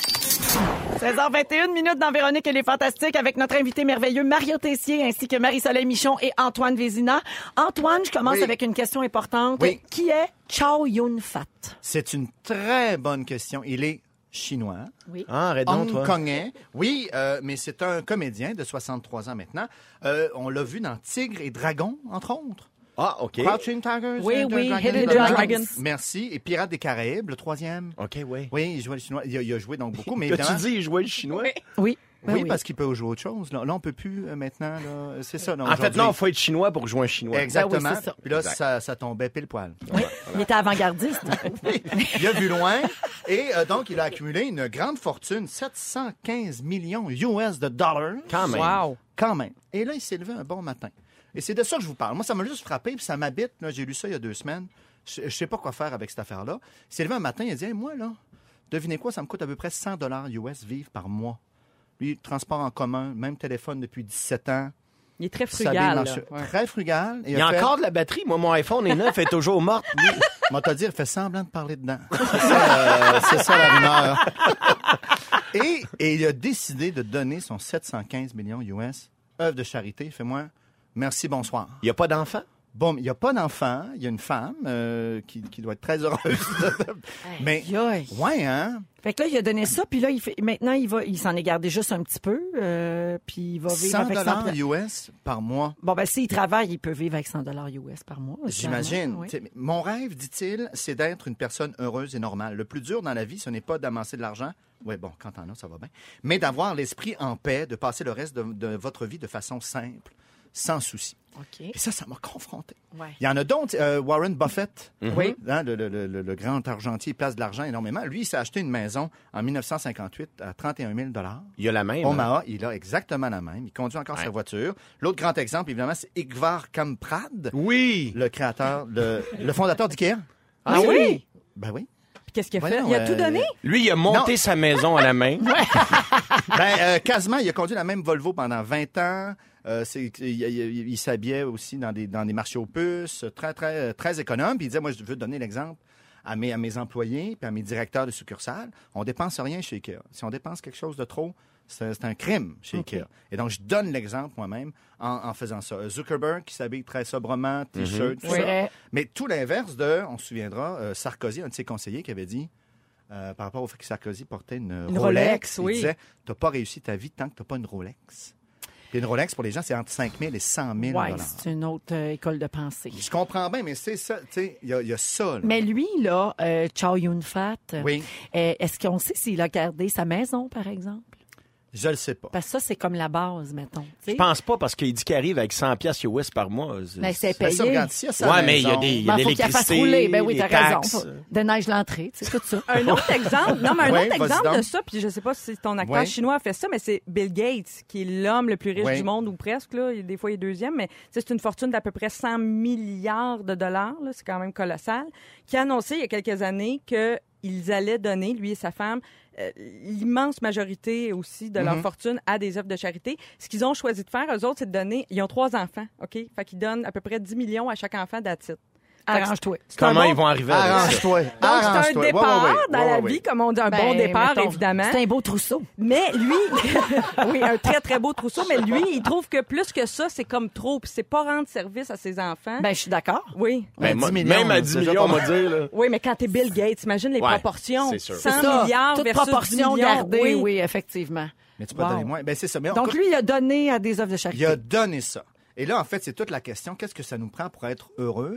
16h21 minutes dans Véronique et les Fantastiques avec notre invité merveilleux Mario Tessier ainsi que Marie-Soleil Michon et Antoine Vézina. Antoine, je commence Oui. avec une question importante. Oui. Qui est Chow Yun-Fat? C'est une très bonne question. Il est chinois. Oui. Ah, arrête donc, toi. Hongkongais. Oui, mais c'est un comédien de 63 ans maintenant. On l'a vu dans Tigre et Dragon, entre autres. Ah, OK. Crouching Tigers. Oui, and the oui, Dragon. Hidden Dragons. Merci. Et Pirates des Caraïbes, le troisième. OK, oui. Oui, il jouait le chinois. Il a joué donc beaucoup, mais As-tu évidemment... dit, il jouait le chinois? Oui. Ben Oui, parce qu'il peut jouer autre chose. Là, on peut plus maintenant. Là. C'est ça. là, En fait, aujourd'hui. non, il faut être chinois pour jouer un chinois. Exactement. Ben oui, c'est ça. Puis là, Exact. ça tombait pile poil. Il était avant-gardiste. Il a vu loin et donc il a accumulé une grande fortune, 715 millions US de dollars. Quand même. Wow. Quand même. Et là, il s'est levé un bon matin. Et c'est de ça que je vous parle. Moi, ça m'a juste frappé, puis ça m'habite. Là, j'ai lu ça il y a 2 semaines. Je sais pas quoi faire avec cette affaire-là. Il s'est levé un matin, il a dit hey, moi, là, devinez quoi, ça me coûte à peu près 100 US vivre par mois. Lui, transport en commun, même téléphone depuis 17 ans. Il est très S'habille frugal. dans là. ce- Ouais. Très frugal. Et Il y a fait- encore de la batterie. Moi, mon iPhone est neuf, est toujours morte. Moi, t'as dit, il fait semblant de parler dedans. C'est ça la rumeur. Et il a décidé de donner son 715 millions US, œuvre de charité. Fais-moi, merci, bonsoir. Il n'y a pas d'enfant? Bon, il n'y a pas d'enfant. Il y a une femme qui doit être très heureuse. Mais, Aïe, aïe. ouais, hein? Fait que là, il a donné ça, puis là, maintenant, il s'en est gardé juste un petit peu, puis il va vivre 100 avec 100 US par mois. Bon, ben, s'il travaille, il peut vivre avec 100 US par mois. J'imagine. clairement, oui. Tu sais, mon rêve, dit-il, c'est d'être une personne heureuse et normale. Le plus dur dans la vie, ce n'est pas d'amasser de l'argent. Oui, bon, quand t'en as, ça va bien. Mais d'avoir l'esprit en paix, de passer le reste de votre vie de façon simple, sans souci. OK. Et ça m'a confronté. Ouais. Il y en a d'autres. Warren Buffett, Oui. hein, le grand argentier, il place de l'argent énormément. Lui, il s'est acheté une maison en 1958 à 31 000 Il y a la même. hein? Omaha, il a exactement la même. Il conduit encore sa voiture. L'autre grand exemple, évidemment, c'est Ingvar Kamprad, Oui. le créateur, le fondateur d'IKEA. Ah oui? Ben oui. Puis qu'est-ce qu'il a fait? Voyons, Il a tout donné? Lui, il a monté Non. sa maison à la main. Quasiment, il a conduit la même Volvo pendant 20 ans. Il s'habillait aussi dans des marchés aux puces, très, très, très économe. Puis il disait, moi, je veux donner l'exemple à mes employés puis à mes directeurs de succursales. On dépense rien chez IKEA. Si on dépense quelque chose de trop, c'est un crime chez IKEA. Et donc, je donne l'exemple moi-même en faisant ça. Zuckerberg qui s'habille très sobrement, T-shirt, tout Oui. ça. Vrai. Mais tout l'inverse on se souviendra, Sarkozy, un de ses conseillers, qui avait dit, par rapport au fait que Sarkozy portait une Rolex, il oui. disait, t'as pas réussi ta vie tant que t'as pas une Rolex. Puis une Rolex, pour les gens, c'est entre 5 000 et 100 000 Ouais, c'est une autre école de pensée. Je comprends bien, mais c'est ça, tu sais, il y a ça. Là. Mais lui, là, Chow Yun-Fat, Oui. est-ce qu'on sait s'il a gardé sa maison, par exemple? Je le sais pas. Parce que ça, c'est comme la base, mettons. tu sais. Je pense pas parce qu'il dit qu'il arrive avec 100 piastres US par mois. Mais c'est Ben, payé. ça, regarde, s'il y a sa Ouais, mais il y a maison- des- il y a Ben, faut qu'il la fasse l'électricité, rouler. Ben oui, les t'as raison. taxes. De neige l'entrée, tu sais, tout ça. Un autre exemple, non, mais un Oui, autre vas-y exemple donc. de ça, puis je sais pas si ton acteur Oui. chinois a fait ça, mais c'est Bill Gates, qui est l'homme le plus riche Oui. du monde, ou presque, là. Des fois, il est deuxième, mais tu sais, c'est une fortune d'à peu près 100 milliards de dollars, là. C'est quand même colossal, qui a annoncé il y a quelques années qu'ils allaient donner, lui et sa femme, l'immense majorité aussi de leur fortune à des œuvres de charité. Ce qu'ils ont choisi de faire, eux autres, c'est de donner... Ils ont 3 enfants, OK? Fait qu'ils donnent à peu près 10 millions à chaque enfant d'attitude. Arrange-toi. Comment un bon- ils vont arriver avec ça? Arrange-toi. Donc, c'est un Arrange-toi. départ Ouais, ouais, dans ouais, la ouais, vie, ouais. comme on dit, un bon Ben, départ, mettons, évidemment. C'est un beau trousseau. Mais lui, oui, un très, très beau trousseau, mais lui, il trouve que plus que ça, c'est comme trop, puis c'est pas rendre service à ses enfants. Ben, je suis d'accord. Oui. Ben, moi, 10 millions, même à 10 c'est déjà millions, on pas va dire. Là. Oui, mais quand t'es Bill Gates, imagine les Ouais, proportions. c'est sûr. 100 C'est ça. milliards Toute versus proportion 10 millions. gardée, oui, effectivement. Mais tu peux Wow. donner moins. Ben, c'est ça. Mais Donc, lui, il a donné à des œuvres de charité. il a donné ça. Et là, en fait, c'est toute la question. Qu'est-ce que ça nous prend pour être heureux?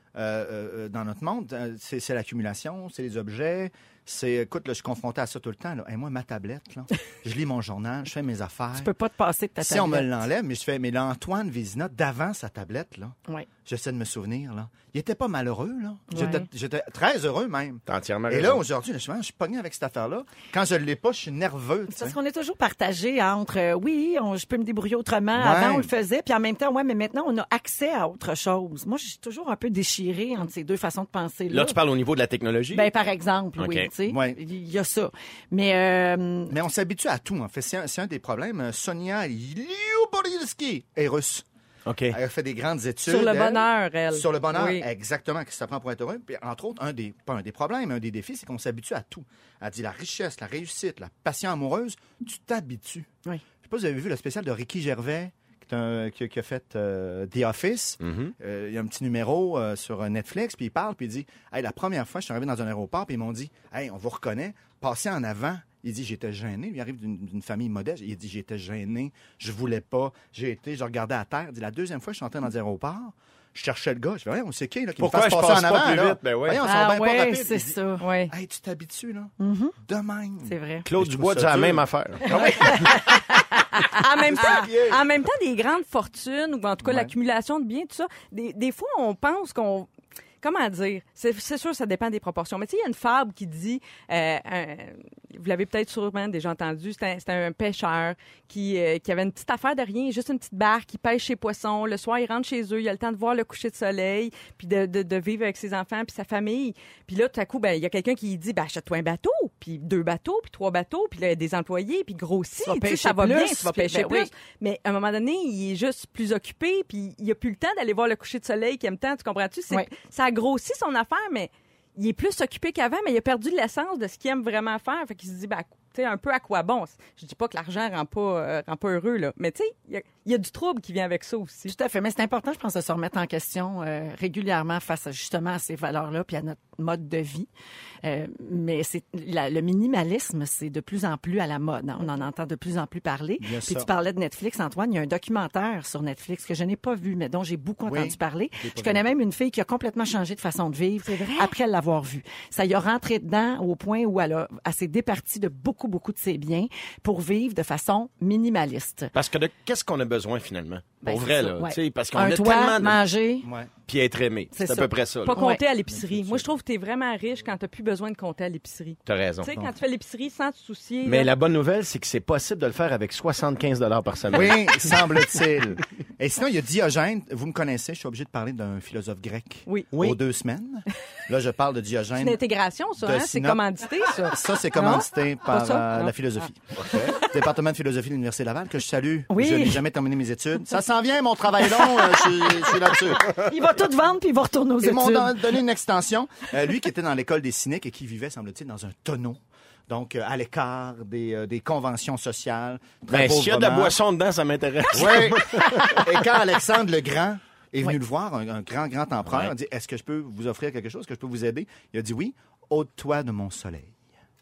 dans notre monde. C'est l'accumulation, c'est les objets. Écoute, là, je suis confronté à ça tout le temps. Là. Hey, moi, ma tablette, là, je lis mon journal, je fais mes affaires. Tu peux pas te passer de ta tablette. Si on me l'enlève, mais l'Antoine Vézina, d'avant sa tablette, là, Oui. j'essaie de me souvenir, là, il était pas malheureux, là. Ouais. J'étais très heureux, même. T'as entièrement Et raison. là, aujourd'hui, je suis pogné avec cette affaire-là. Quand je l'ai pas, je suis nerveux. tu sais. Parce qu'on est toujours partagé entre je peux me débrouiller autrement. Ouais. Avant, on le faisait. Puis en même temps, mais maintenant, on a accès à autre chose. Moi, je suis toujours un peu déchirée entre ces deux façons de penser. Là, tu parles au niveau de la technologie? Ben, par exemple, OK. oui. Tu sais, Ouais. il y a ça. Mais Mais on s'habitue à tout, en fait. C'est un des problèmes. Sonia Lyuborilski est russe. OK. Elle a fait des grandes études. Sur le elle. bonheur, elle. Sur le bonheur, Oui. exactement. Qu'est-ce que ça prend pour être heureux? Puis, entre autres, pas un des problèmes, un des défis, c'est qu'on s'habitue à tout. Elle dit la richesse, la réussite, la passion amoureuse, tu t'habitues. Oui. Je sais pas si vous avez vu le spécial de Ricky Gervais qui a fait The Office. Il y a un petit numéro sur Netflix, puis il parle, puis il dit hey, la première fois, je suis arrivé dans un aéroport, puis ils m'ont dit hey, on vous reconnaît, passez en avant. Il dit j'étais gêné. Lui, il arrive d'une famille modeste. Il dit j'étais gêné, je voulais pas. Je regardais à terre. Il dit la deuxième fois, je suis entré dans l'aéroport. Je cherchais le gars. Je fais, on sait qui, là, qui Pourquoi me fasse je passer passe en pas avant, plus là? vite? Ben oui. Voyons, ils sont ah bien pas ouais, rapides. c'est Il dit, ça. Oui. hey, tu t'habitues, là. De même. C'est vrai. Claude Je Dubois trouve dit ça la même dur. affaire. En même temps, des grandes fortunes, ou en tout cas Ouais. l'accumulation de biens, tout ça, des fois, on pense qu'on... Comment dire? C'est sûr, ça dépend des proportions. Mais tu sais, il y a une fable qui dit, vous l'avez peut-être sûrement déjà entendu, c'était un pêcheur qui avait une petite affaire de rien, juste une petite barque, qui pêche ses poissons. Le soir, il rentre chez eux, il a le temps de voir le coucher de soleil, puis de vivre avec ses enfants, puis sa famille. Puis là, tout à coup, il y a quelqu'un qui dit, achète-toi un bateau, puis 2 bateaux, puis 3 bateaux, puis là, il y a des employés, puis grossit, Tu vas tu sais, pêcher ça va plus, bien, tu vas puis- pêcher ben plus. oui. Mais à un moment donné, il est juste plus occupé, puis il a plus le temps d'aller voir le coucher de soleil qu'il aime tant, tu comprends-tu? Ouais. Ça a grossi son affaire, mais il est plus occupé qu'avant, mais il a perdu l'essence de ce qu'il aime vraiment faire. Fait qu'il se dit, tu sais, un peu à quoi bon? Je dis pas que l'argent rend pas heureux, là. Mais tu sais, il y a du trouble qui vient avec ça aussi. Tout à fait. Mais c'est important, je pense, de se remettre en question régulièrement face justement à ces valeurs-là puis à notre mode de vie. Mais le minimalisme, c'est de plus en plus à la mode. Hein. On en entend de plus en plus parler. Bien Puis ça. tu parlais de Netflix, Antoine. Il y a un documentaire sur Netflix que je n'ai pas vu, mais dont j'ai beaucoup entendu parler. Je connais même une fille qui a complètement changé de façon de vivre après l'avoir vu. Ça y a rentré dedans au point où elle s'est départie de beaucoup de ses biens pour vivre de façon minimaliste. Parce que qu'est-ce qu'on a besoin, finalement? Ben, Pour c'est vrai, ça, là. ouais. Tu sais, parce qu'on Un a toit, tellement de... manger. Ouais. Puis être aimé. C'est C'est à ça. peu près ça. Pas là. compter à l'épicerie. Moi, je trouve que tu es vraiment riche quand tu n'as plus besoin de compter à l'épicerie. T'as raison. Tu sais, quand tu fais l'épicerie sans te soucier. Mais là, la bonne nouvelle, c'est que c'est possible de le faire avec 75 $ par semaine. Oui, semble-t-il. Et sinon, il y a Diogène. Vous me connaissez, je suis obligé de parler d'un philosophe grec. Oui. Aux 2 semaines. Là, je parle de c'est Diogène. une intégration, ça, de hein? C'est Sinope. commandité, ça. Ça, c'est commandité par Pas ça? Non. la philosophie. Département de philosophie de l'Université Laval, que je salue. Oui. Je n'ai jamais terminé mes études. Ça s'en vient, mon travail long. Je suis là-dessus. Il va tout vendre puis il va retourner aux Ils m'ont études. donné une extension. Lui qui était dans l'école des cyniques et qui vivait, semble-t-il, dans un tonneau. Donc, à l'écart des conventions sociales. Très Ben, s'il y a de la pauvrement. boisson dedans, ça m'intéresse. Oui. Et quand Alexandre le Grand est venu le voir, un grand empereur, il a dit, est-ce que je peux vous offrir quelque chose? Est-ce que je peux vous aider? Il a dit oui. Ôte-toi de mon soleil.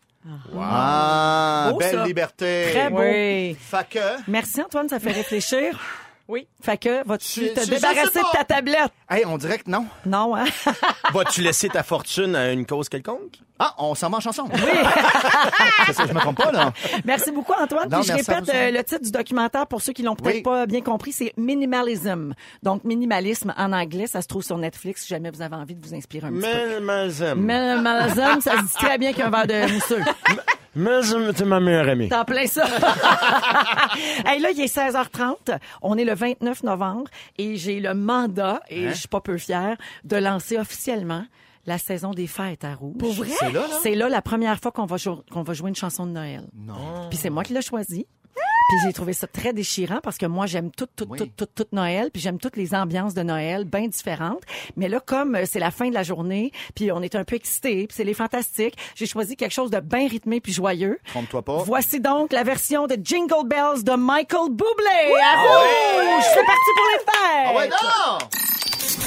Ah, Beau, belle ça. liberté. Très beau. Oui. Fait que, Merci, Antoine, ça fait réfléchir. Oui. Fait que, vas-tu Je te sais débarrasser pas. de ta tablette? hey, on dirait que non. Non, hein? Vas-tu laisser ta fortune à une cause quelconque? Ah, on s'en va en chanson. Oui. Je me trompe pas, là. Merci beaucoup, Antoine. Non, Puis je merci à répète vous. le titre du documentaire pour ceux qui l'ont peut-être Oui. pas bien compris, c'est Minimalism. Donc, minimalisme en anglais, ça se trouve sur Netflix si jamais vous avez envie de vous inspirer un petit peu. Minimalism, ça se dit très bien qu'un verre de mousseux. Mais t'es ma meilleure amie. T'en plein ça. Hey, là, il est 16h30. On est le 29 novembre et j'ai le mandat, et je suis pas peu fière, de lancer officiellement la saison des fêtes à Rouge. Pour vrai? C'est là, là? C'est là la première fois qu'on va jouer une chanson de Noël. Non. Puis c'est moi qui l'ai choisi. Puis j'ai trouvé ça très déchirant parce que moi, j'aime tout Noël. Puis j'aime toutes les ambiances de Noël, bien différentes. Mais là, comme c'est la fin de la journée, puis on est un peu excités, puis c'est les Fantastiques, j'ai choisi quelque chose de bien rythmé puis joyeux. Trompe-toi pas. Voici donc la version de Jingle Bells de Michael Bublé. À Rouge! C'est parti pour les fêtes! Ah ouais, non!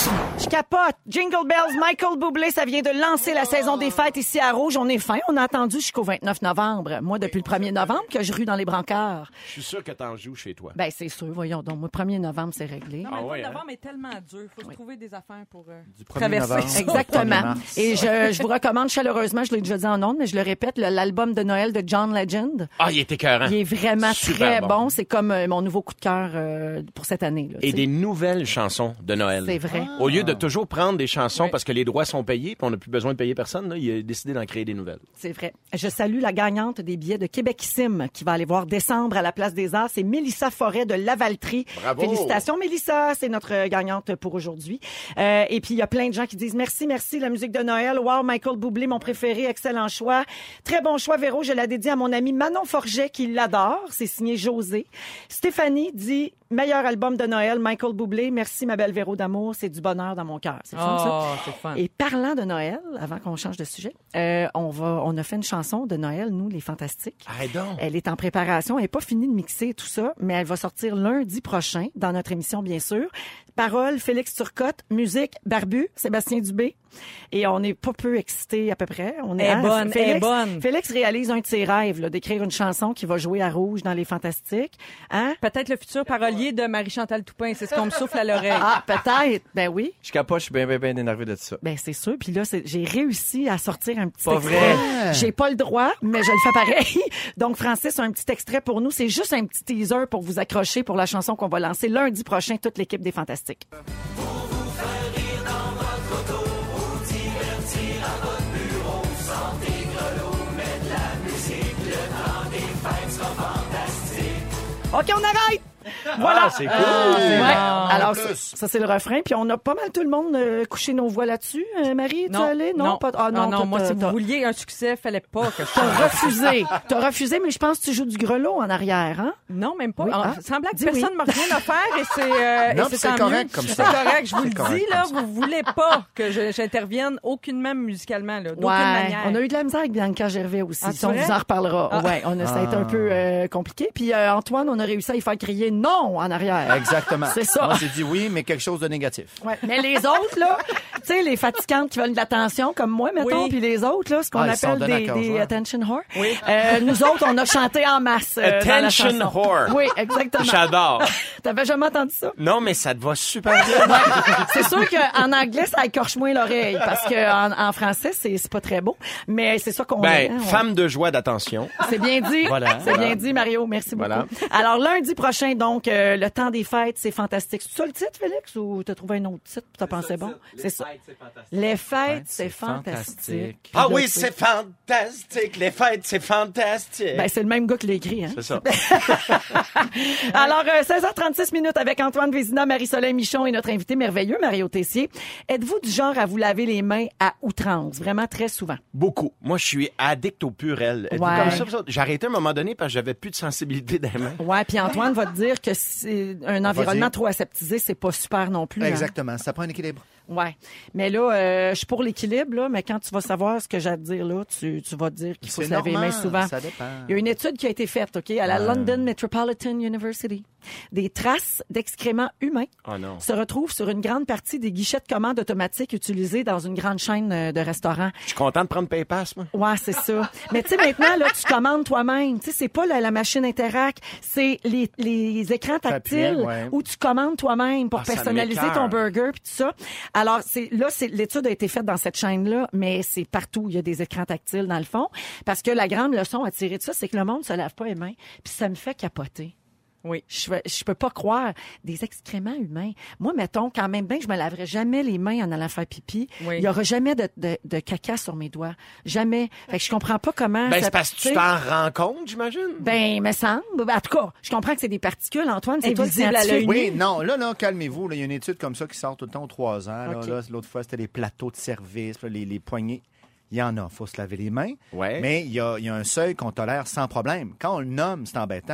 capote. Jingle Bells, Michael Bublé, ça vient de lancer la saison des fêtes ici à Rouge. On est fin. On a attendu jusqu'au 29 novembre. Moi, depuis le 1er novembre, que je rue dans les brancards. Je suis sûr que t'en joues chez toi. Ben, c'est sûr. Voyons donc. Moi, 1er novembre, c'est réglé. Non, mais Ah le mois ouais, de hein? novembre est tellement dur. Il faut se trouver des affaires pour Du 1er traverser. novembre. au 1er Exactement. mars. Et je vous recommande chaleureusement, je l'ai déjà dit en ondes, mais je le répète, l'album de Noël de John Legend. Ah, il est écœurant. Il est vraiment Super très bon. C'est comme mon nouveau coup de cœur pour cette année. Là, Et tu sais. des nouvelles chansons de Noël. C'est vrai. Au lieu de toujours prendre des chansons Oui. parce que les droits sont payés, puis on n'a plus besoin de payer personne, là, il a décidé d'en créer des nouvelles. C'est vrai. Je salue la gagnante des billets de Québecissime qui va aller voir Décembre à la Place des Arts. C'est Mélissa Forêt de Lavaltrie. Bravo. Félicitations, Mélissa. C'est notre gagnante pour aujourd'hui. Et puis, il y a plein de gens qui disent merci, la musique de Noël. Wow, Michael Bublé, mon préféré. Excellent choix. Très bon choix, Véro. Je la dédie à mon ami Manon Forget qui l'adore. C'est signé José. Stéphanie dit meilleur album de Noël, Michael Bublé. Merci, ma belle Véro d'amour. C'est du bonheur dans mon cœur. C'est fun, ça. Oh, c'est fun. Et parlant de Noël, avant qu'on change de sujet, on a fait une chanson de Noël, nous, les Fantastiques. Arrête donc. Elle est en préparation. Elle n'est pas finie de mixer tout ça, mais elle va sortir lundi prochain dans notre émission, bien sûr. Paroles, Félix Turcotte. Musique, Barbu, Sébastien Dubé. Et on n'est pas peu excités à peu près. On est, Elle est bonne, elle est bonne. Félix réalise un de ses rêves, là, d'écrire une chanson qui va jouer à Rouge dans les Fantastiques. Hein? Peut-être le futur parolier de Marie-Chantal Toupin. C'est ce qu'on me souffle à l'oreille. Ah, peut-être. Ben oui. Je capote, je suis bien énervé de ça. Ben c'est sûr. Puis là, j'ai réussi à sortir un petit Pas extrait. vrai. J'ai pas le droit, mais je le fais pareil. Donc, Francis a un petit extrait pour nous. C'est juste un petit teaser pour vous accrocher pour la chanson qu'on va lancer lundi prochain, toute l'équipe des Fantastiques. OK, on arrête! Voilà. Ah, c'est cool. Ouais. Alors, plus. ça c'est le refrain. Puis on a pas mal tout le monde couché nos voix là-dessus. Marie, tu es allée? Non, pas. Ah non, non, moi, si vous t'as vouliez un succès, fallait pas que je t'as refusé. T'as refusé, mais je pense que tu joues du grelot en arrière, hein? Non, même pas. Oui, Ah, ah. sans blague, Dis personne oui. m'a rien à faire et c'est Non, et c'est tant correct mieux. comme C'est ça. correct, je vous C'est le correct dis, là, comme ça. vous voulez pas que j'intervienne aucunement musicalement, là, d'aucune Ouais, manière. on a eu de la misère avec Bianca Gervais aussi. Ah, Ça, on c'est vrai? vous en reparlera. Ah. Ouais, ça a été un peu compliqué. Puis Antoine, on a réussi à y faire crier non en arrière. Exactement. C'est ça. On s'est dit oui, mais quelque chose de négatif. Ouais. Mais les autres, là, tu sais, les fatigantes qui veulent de l'attention, comme moi, mettons, Oui. puis les autres, là, ce qu'on Ah, ils sont appelle donnés à des cœur joie. attention whore. Oui. Nous autres, on a chanté en masse. Dans la Attention chanson. whore. Oui, exactement. J'adore. T'avais jamais entendu ça? Non, mais ça te va super bien. C'est sûr qu'en anglais, ça écorche moins l'oreille, parce que en français, c'est pas très beau. Mais c'est ça qu'on Ben, hein, femme de joie d'attention. C'est bien dit. Voilà. C'est bien dit, Mario. Merci beaucoup. Voilà. Alors, lundi prochain, donc, le temps des fêtes, c'est fantastique. C'est ça le titre, Félix, ou t'as trouvé un autre titre? T'as pensé bon? C'est ça. Les fêtes, c'est fantastique. Ah Puis oui, là, c'est fantastique. Les fêtes, c'est fantastique. Ben, c'est le même gars qui l'a écrit, hein? C'est ça. Alors, 16h36 minutes avec Antoine Vézina, Marie-Soleil Michon et notre invité merveilleux, Mario Tessier. Êtes-vous du genre à vous laver les mains à outrance? Vraiment très souvent. Beaucoup. Moi, je suis addict au purel. Êtes-vous Ouais. comme ça, vous autres? J'ai arrêté à un moment donné parce que j'avais plus de sensibilité dans les mains. Ouais, puis Antoine va te dire que c'est un environnement Vas-y. trop aseptisé, c'est pas super non plus. hein. Exactement. Ça prend un équilibre. Ouais. Mais là, je suis pour l'équilibre, là, mais quand tu vas savoir ce que j'ai à te dire, là, tu vas te dire qu'il faut C'est se laver les mains normal, souvent. ça dépend. Il y a une étude qui a été faite, OK, à la London Metropolitan University. Des traces d'excréments humains Oh non. se retrouvent sur une grande partie des guichets de commande automatiques utilisés dans une grande chaîne de restaurants. Je suis content de prendre PayPass, moi. Ouais, c'est ça. Mais tu sais, maintenant, là, tu commandes toi-même. Tu sais, c'est pas la machine Interac, c'est les écrans tactiles ouais. où tu commandes toi-même pour Ah, ça personnaliser m'écoeure. ton burger puis tout ça. Alors, l'étude a été faite dans cette chaîne-là, mais c'est partout. Il y a des écrans tactiles dans le fond. Parce que la grande leçon à tirer de ça, c'est que le monde se lave pas les mains. Puis ça me fait capoter. Oui. Je peux pas croire des excréments humains. Moi, mettons, quand même bien que je me laverai jamais les mains en allant faire pipi, Oui. il y aura jamais de caca sur mes doigts. Jamais. Fait que je comprends pas comment... Ben, ça- c'est parce que tu sais, tu t'en rends compte, j'imagine. Ben, me semble. En tout cas, je comprends que c'est des particules, Antoine. C'est Et toi, visible visible à l'œil scientifique. Oui, non, là, calmez-vous. Là, il y a une étude comme ça qui sort tout le temps aux 3 ans. Là, OK. là, l'autre fois, c'était les plateaux de service, là, les poignées. Il y en a. Il faut se laver les mains. Ouais. Mais il y a un seuil qu'on tolère sans problème. Quand on le nomme, c'est embêtant.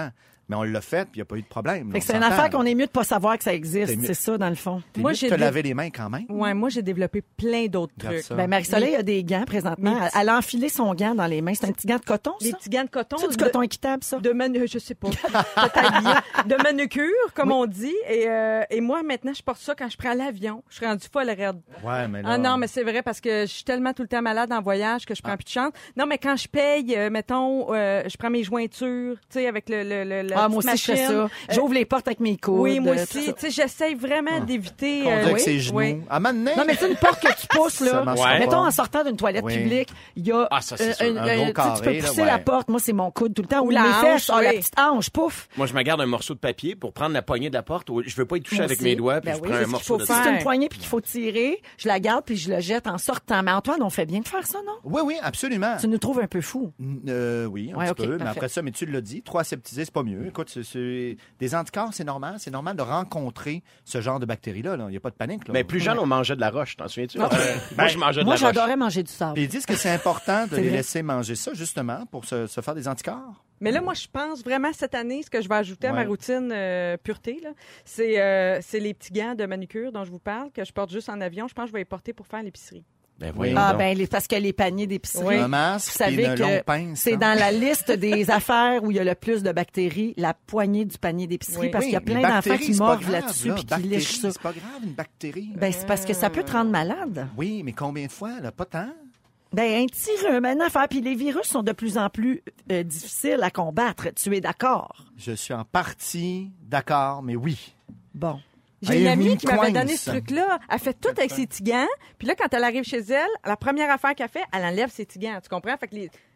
Mais on l'a fait, puis il n'y a pas eu de problème. Fait que c'est une affaire qu'on est mieux de pas savoir que ça existe, c'est ça, dans le fond. Moi, j'ai te laver les mains quand même. Ouais, moi, j'ai développé plein d'autres trucs. Ben, Marie-Soleil a des gants présentement. Elle a enfilé son gant dans les mains. C'est un petit gant de coton, ça? Des petits gants de coton. C'est du coton équitable, ça? Je sais pas. Peut-être bien. De manucure, comme on dit. Et moi, maintenant, je porte ça quand je prends l'avion. Je suis rendue folle raide. Ouais, mais là... Ah non, mais c'est vrai parce que je suis tellement tout le temps malade en voyage que je prends plus de chance. Non, mais quand je paye, mettons, je prends mes jointures, tu sais, avec la moi aussi, machine. je fais ça. J'ouvre les portes avec mes coudes. Oui, moi aussi. Tu sais, j'essaie vraiment d'éviter... Conduire avec ses genoux. Oui. À m'amener. Non, mais c'est une porte que tu pousses, là. Ouais. Mettons, en sortant d'une toilette publique, il y a Ah, ça, c'est sûr. Un gros tu carré, peux pousser là, la ouais. porte. Moi, c'est mon coude tout le temps. Ou la mes hanche, fesses. La oui. petite hanche, pouf. Moi, je me garde un morceau de papier pour prendre la poignée de la porte. Je veux pas y toucher Moi avec aussi. mes doigts, puis Ben je oui, prends c'est un ce qu'il morceau faut de faire. ça. Si c'est une poignée puis qu'il faut tirer, je la garde puis je le jette en sortant. Mais Antoine, on fait bien de faire ça, non? Oui, absolument. Tu nous trouves un peu fous. Oui, un Ouais, petit ok, peu. Mais parfait. après ça, mais tu l'as dit, trop aseptisé, c'est pas mieux. Écoute, des anticorps, c'est normal. C'est normal de rencontrer ce genre de bactéries-là. Il n'y a pas de panique. Là. Mais plus jeune, on mangeait de la roche, t'en souviens-tu? Moi, je mangeais de Moi, la roche. j'adorais manger du sable. Puis ils disent que c'est important de C'est les vrai. laisser manger ça, justement, pour se faire des anticorps. Mais là, moi, je pense vraiment cette année, ce que je vais ajouter à ma Ouais. routine pureté, là, c'est les petits gants de manucure dont je vous parle, que je porte juste en avion. Je pense que je vais les porter pour faire l'épicerie. Ben voyons Ah, donc. ben, parce que les paniers d'épicerie. Un masque, Vous savez puis une que longue pince. c'est hein. dans la liste des affaires où il y a le plus de bactéries, la poignée du panier d'épicerie, Oui. parce qu'il y a Oui, plein les d'enfants bactéries, qui c'est pas mordent grave, là-dessus là. puis qui Bactéries, lichent ça. C'est pas grave, une bactérie. Ben, c'est parce que ça peut te rendre malade. Oui, mais combien de fois? Là? Pas tant. Ben, un petit rhume, une affaire. Puis les virus sont de plus en plus difficiles à combattre. Tu es d'accord? Je suis en partie d'accord, mais oui. Bon. J'ai Ah, une il amie me qui m'avait coince. donné ce truc-là. Elle fait tout avec ses petits gants. Puis là, quand elle arrive chez elle, la première affaire qu'elle fait, elle enlève ses petits gants. Tu comprends? Fait que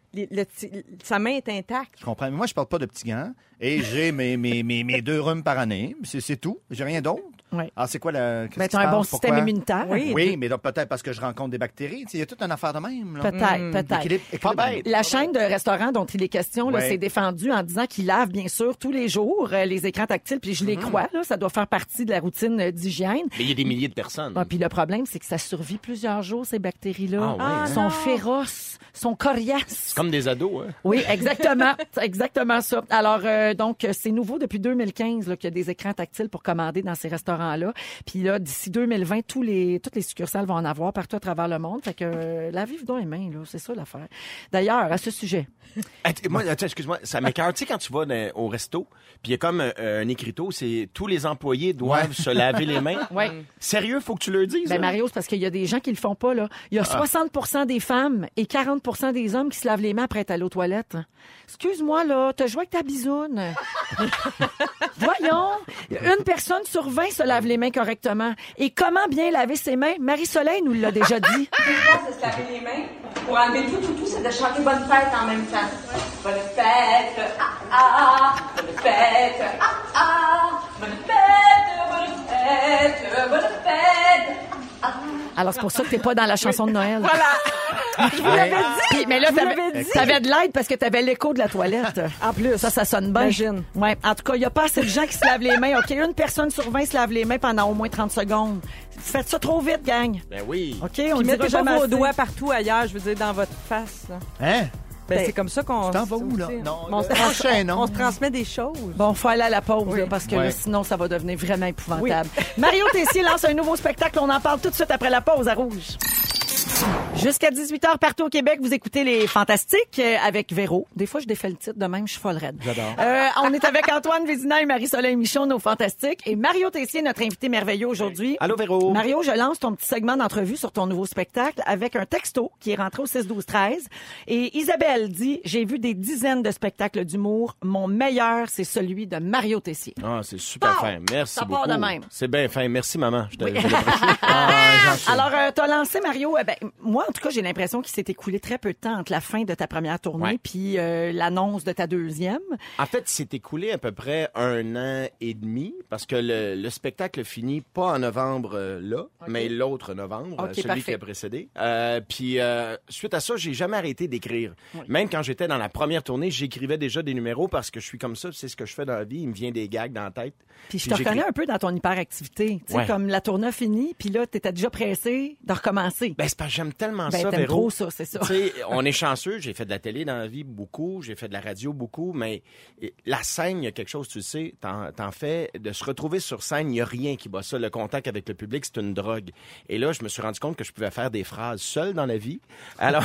sa main est intacte. Je comprends. Mais moi, je porte pas de petits gants et j'ai mes 2 rhumes par année. C'est tout. J'ai rien d'autre. Oui. Alors, c'est quoi la. qu'est-ce Ben, qui tu se as un bon passe? système Pourquoi? immunitaire. Oui. Mais donc, peut-être parce que je rencontre des bactéries. Tu sais, il y a toute une affaire de même. Là. Peut-être. Équilibre. Pas bête. La chaîne de restaurants dont il est question là, Ouais. s'est défendue en disant qu'ils lavent bien sûr tous les jours les écrans tactiles, puis je les crois, là, ça doit faire partie de la routine d'hygiène. Mais il y a des milliers de personnes. Ah, puis le problème, c'est que ça survit plusieurs jours, ces bactéries-là. Ah oui, hein? Ils sont féroces, sont coriaces. Comme des ados, hein? Oui, exactement. C'est exactement ça. Alors, donc, c'est nouveau depuis 2015 là, qu'il y a des écrans tactiles pour commander dans ces restaurants-là. Puis là, d'ici 2020, toutes les succursales vont en avoir partout à travers le monde. Fait que lavez-vous donc les mains, là. C'est ça l'affaire. D'ailleurs, à ce sujet, Moi, attends, excuse-moi, ça m'écoeure. Tu sais, quand tu vas au resto, puis il y a comme un écriteau, c'est tous les employés doivent se laver les mains. Ouais. Sérieux, faut que tu le dises. ben là? Mario, c'est parce qu'il y a des gens qui le font pas, là. Il y a 60% des femmes et 40% des hommes qui se lavent les mains après être allés aux toilettes. Excuse-moi, là, t'as joué avec ta bisoune. Voyons, une personne sur 20 se lave les mains correctement. Et comment bien laver ses mains? Marie-Soleil nous l'a déjà dit. De se laver les mains pour enlever tout, c'est de chanter bonne fête en même temps. Bonne fête, bonne fête, bonne fête, bonne fête. Alors, c'est pour ça que t'es pas dans la chanson de Noël. Voilà. Je vous l'avais dit. Mais là, l'avais dit. t'avais de l'aide parce que t'avais l'écho de la toilette. En plus. Ça sonne bien. Imagine. Ouais. En tout cas, il n'y a pas assez de gens qui se lavent les mains. OK, une personne sur 20 se lave les mains pendant au moins 30 secondes. Faites ça trop vite, gang. Ben oui. OK, on Puis ne dira mettez pas jamais vos assez. doigts partout ailleurs, je veux dire, dans votre face. Là. Hein? Ben, c'est comme ça qu'on... Tu t'en vas où, là? aussi, Non, on, se enchaîne, non? on se transmet des choses. Bon, faut aller à la pause, Oui. là, parce que Ouais. là, sinon, ça va devenir vraiment épouvantable. Mario Tessier lance un nouveau spectacle. On en parle tout de suite après la pause à Rouge. Jusqu'à 18h partout au Québec, vous écoutez Les Fantastiques avec Véro. Des fois, je défais le titre de même, je suis folle raide. J'adore. On est avec Antoine Vézina et Marie-Soleil Michon, nos Fantastiques. Et Mario Tessier, notre invité merveilleux aujourd'hui. Allô, Véro. Mario, je lance ton petit segment d'entrevue sur ton nouveau spectacle avec un texto qui est rentré au 6-12-13. Et Isabelle dit, j'ai vu des dizaines de spectacles d'humour. Mon meilleur, c'est celui de Mario Tessier. Ah, c'est super fin. Merci Ça beaucoup. part de même. C'est bien fin. Merci, maman. Je Oui. l'apprécie. Alors, t'as lancé, Mario, moi, en tout cas, j'ai l'impression qu'il s'est écoulé très peu de temps entre la fin de ta première tournée Ouais. puis l'annonce de ta deuxième. En fait, il s'est écoulé à peu près 1 an et demi parce que le spectacle finit pas en novembre là, mais l'autre novembre, Ok, celui parfait. qui a précédé. Puis suite à ça, j'ai jamais arrêté d'écrire. Même quand j'étais dans la première tournée, j'écrivais déjà des numéros parce que je suis comme ça, c'est ce que je fais dans la vie. Il me vient des gags dans la tête. Puis je Puis te j'écris. reconnais un peu dans ton hyperactivité. Tu sais, Ouais. comme la tournée a fini, puis là, t'étais déjà pressé de recommencer. Ben, c'est parce j'aime tellement Ben, ça, t'aimes Véro. trop ça, c'est ça. Tu sais, on est chanceux. J'ai fait de la télé dans la vie beaucoup. J'ai fait de la radio beaucoup. Mais la scène, il y a quelque chose, tu le sais, t'en fais. De se retrouver sur scène, il n'y a rien qui bat ça. Le contact avec le public, c'est une drogue. Et là, je me suis rendu compte que je pouvais faire des phrases seul dans la vie. Alors,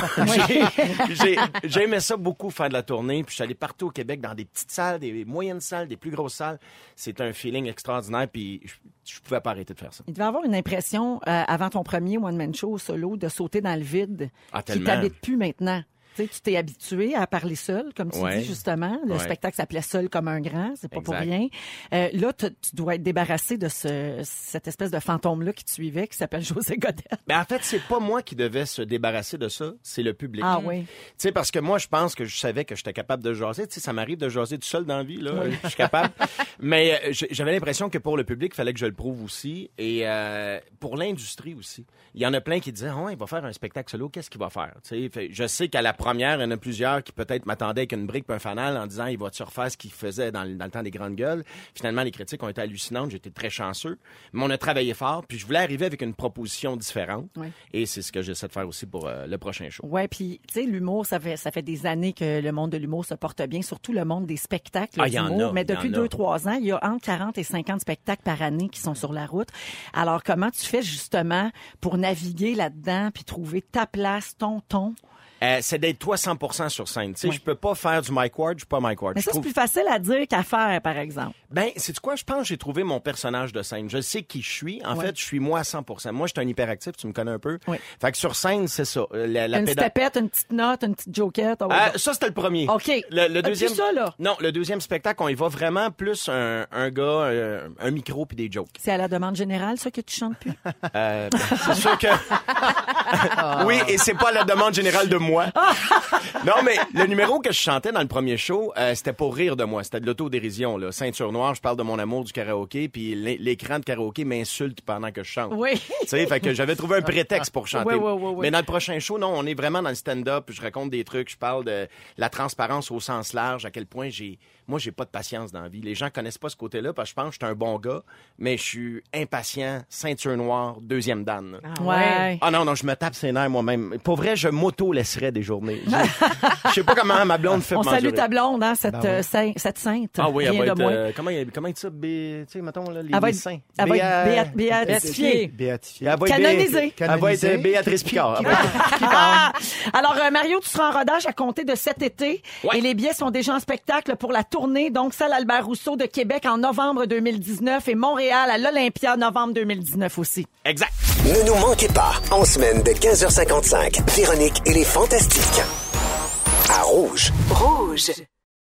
j'ai aimé ça beaucoup, faire de la tournée. Puis je suis allé partout au Québec, dans des petites salles, des moyennes salles, des plus grosses salles. C'est un feeling extraordinaire. Puis je pouvais pas arrêter de faire ça. Il devait avoir une impression, avant ton premier one-man show solo, de sauter dans le vide, Ah, qui tellement. t'habite plus maintenant. Tu sais, tu t'es habitué à parler seul, comme tu Ouais. dis justement. Le Ouais. spectacle s'appelait Seul comme un grand, c'est pas pour Exact. rien. Là, tu dois être débarrassé de cette espèce de fantôme-là qui te suivait, qui s'appelle José Godet. Ben en fait, c'est pas moi qui devais se débarrasser de ça, c'est le public. Ah oui. Tu sais, parce que moi, je pense que je savais que j'étais capable de jaser. Tu sais, ça m'arrive de jaser tout seul dans la vie, là. Je suis capable. Mais j'avais l'impression que pour le public, il fallait que je le prouve aussi. Et pour l'industrie aussi. Il y en a plein qui disaient, oh, il va faire un spectacle solo, qu'est-ce qu'il va faire? Tu sais, fait, je sais qu'à la première, il y en a plusieurs qui peut-être m'attendaient avec une brique et un fanal en disant, il va-tu refaire ce qu'il faisait dans le temps des grandes gueules? Finalement, les critiques ont été hallucinantes. J'étais très chanceux. Mais on a travaillé fort. Puis je voulais arriver avec une proposition différente. Ouais. Et c'est ce que j'essaie de faire aussi pour le prochain show. Ouais, puis tu sais, l'humour, ça fait des années que le monde de l'humour se porte bien, surtout le monde des spectacles Ah, il y en d'humour. a, Mais il y depuis en a. 2-3 ans, il y a entre 40 et 50 spectacles par année qui sont sur la route. Alors, comment tu fais justement pour naviguer là-dedans puis trouver ta place, ton ton? C'est d'être toi 100% sur scène. Tu sais, je peux pas faire du Mike Ward, je suis pas Mike Ward. Mais Je ça, c'est trouve- plus facile à dire qu'à faire, par exemple. Ben, c'est quoi? Je pense que j'ai trouvé mon personnage de scène. Je sais qui je suis. En Ouais. fait, je suis moi à 100%. Moi, je suis un hyperactif, tu me connais un peu. Oui. Fait que sur scène, c'est ça. La Une petite tapette, une petite note, une petite joquette. oh, Ça, c'était le premier. OK. Le As-tu deuxième. ça, là? Non, le deuxième spectacle, on y va vraiment plus un gars, un micro puis des jokes. C'est à la demande générale, ça, que tu chantes plus? C'est sûr que. Oui, et c'est pas la demande générale de moi. Non, mais le numéro que je chantais dans le premier show, c'était pour rire de moi. C'était de l'autodérision, là. Ceinture noire, je parle de mon amour du karaoké, puis l'écran de karaoké m'insulte pendant que je chante. Oui. Tu sais, fait que j'avais trouvé un prétexte pour chanter. Oui. Mais dans le prochain show, non, on est vraiment dans le stand-up. Je raconte des trucs, je parle de la transparence au sens large, à quel point j'ai pas de patience dans la vie. Les gens connaissent pas ce côté-là parce que je pense que je suis un bon gars, mais je suis impatient, ceinture noire, deuxième dan. Ouais. Ah non, je me tape ses nerfs moi-même. Pour vrai, je m'auto-laisserais des journées. Je sais pas comment ma blonde fait On pour salue m'endurer. ta blonde, hein, cette sainte. Ah oui, elle Rien va de moins. être... comment il dit ça? Tu sais, mettons, là, Elle va les être, saints. elle va être béatifiée. Béatifié. Elle va être Canonisée. Elle va être Béatrice Picard. Ah! Alors, Mario, tu seras en rodage à compter de cet été. Ouais. Et les billets sont déjà en spectacle pour la tournée. Donc, salle Albert Rousseau de Québec en novembre 2019 et Montréal à l'Olympia novembre 2019 aussi. Exact. Ne nous manquez pas, en semaine de 15h55, Véronique et les Fantastiques. À Rouge. Rouge.